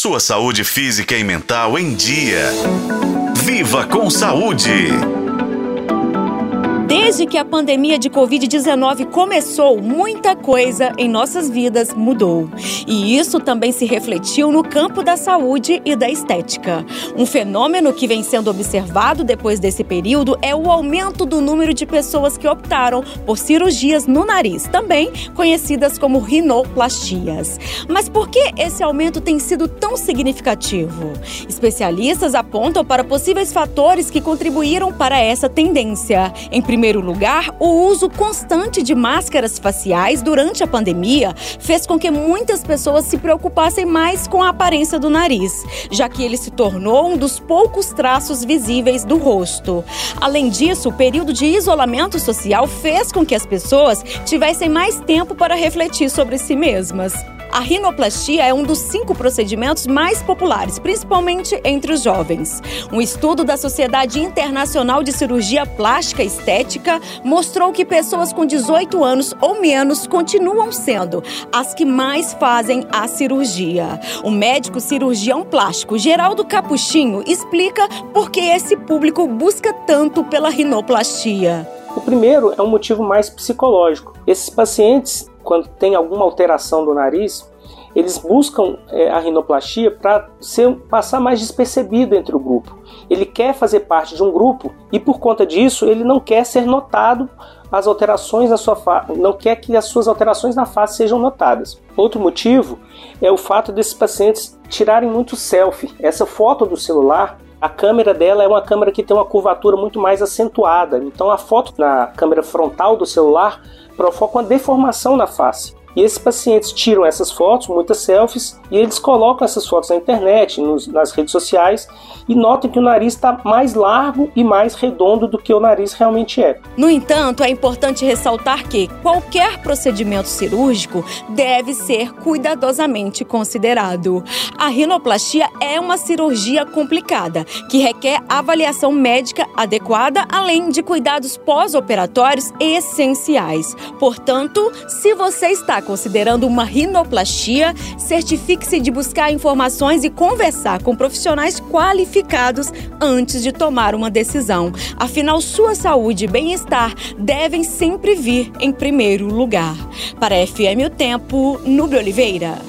Sua saúde física e mental em dia. Viva com saúde! Desde que a pandemia de Covid-19 começou, muita coisa em nossas vidas mudou. E isso também se refletiu no campo da saúde e da estética. Um fenômeno que vem sendo observado depois desse período é o aumento do número de pessoas que optaram por cirurgias no nariz, também conhecidas como rinoplastias. Mas por que esse aumento tem sido tão significativo? Especialistas apontam para possíveis fatores que contribuíram para essa tendência. Em primeiro lugar, o uso constante de máscaras faciais durante a pandemia fez com que muitas pessoas se preocupassem mais com a aparência do nariz, já que ele se tornou um dos poucos traços visíveis do rosto. Além disso, o período de isolamento social fez com que as pessoas tivessem mais tempo para refletir sobre si mesmas. A rinoplastia é um dos 5 procedimentos mais populares, principalmente entre os jovens. Um estudo da Sociedade Internacional de Cirurgia Plástica e Estética mostrou que pessoas com 18 anos ou menos continuam sendo as que mais fazem a cirurgia. O médico cirurgião plástico Geraldo Capuchinho explica por que esse público busca tanto pela rinoplastia. O primeiro é um motivo mais psicológico. Esses pacientes, quando tem alguma alteração do nariz, eles buscam a rinoplastia para passar mais despercebido entre o grupo. Ele quer fazer parte de um grupo e, por conta disso, ele não quer ser notado as alterações na sua face, não quer que as suas alterações na face sejam notadas. Outro motivo é o fato desses pacientes tirarem muito selfie. Essa foto do celular, a câmera dela é uma câmera que tem uma curvatura muito mais acentuada. Então a foto na câmera frontal do celular provoca uma deformação na face. E esses pacientes tiram essas fotos, muitas selfies, e eles colocam essas fotos na internet, nas redes sociais, e notam que o nariz está mais largo e mais redondo do que o nariz realmente é. No entanto, é importante ressaltar que qualquer procedimento cirúrgico deve ser cuidadosamente considerado. A rinoplastia é uma cirurgia complicada, que requer avaliação médica adequada, além de cuidados pós-operatórios essenciais. Portanto, se você está considerando uma rinoplastia, certifique-se de buscar informações e conversar com profissionais qualificados antes de tomar uma decisão. Afinal, sua saúde e bem-estar devem sempre vir em primeiro lugar. Para a FM O Tempo, Núbia Oliveira.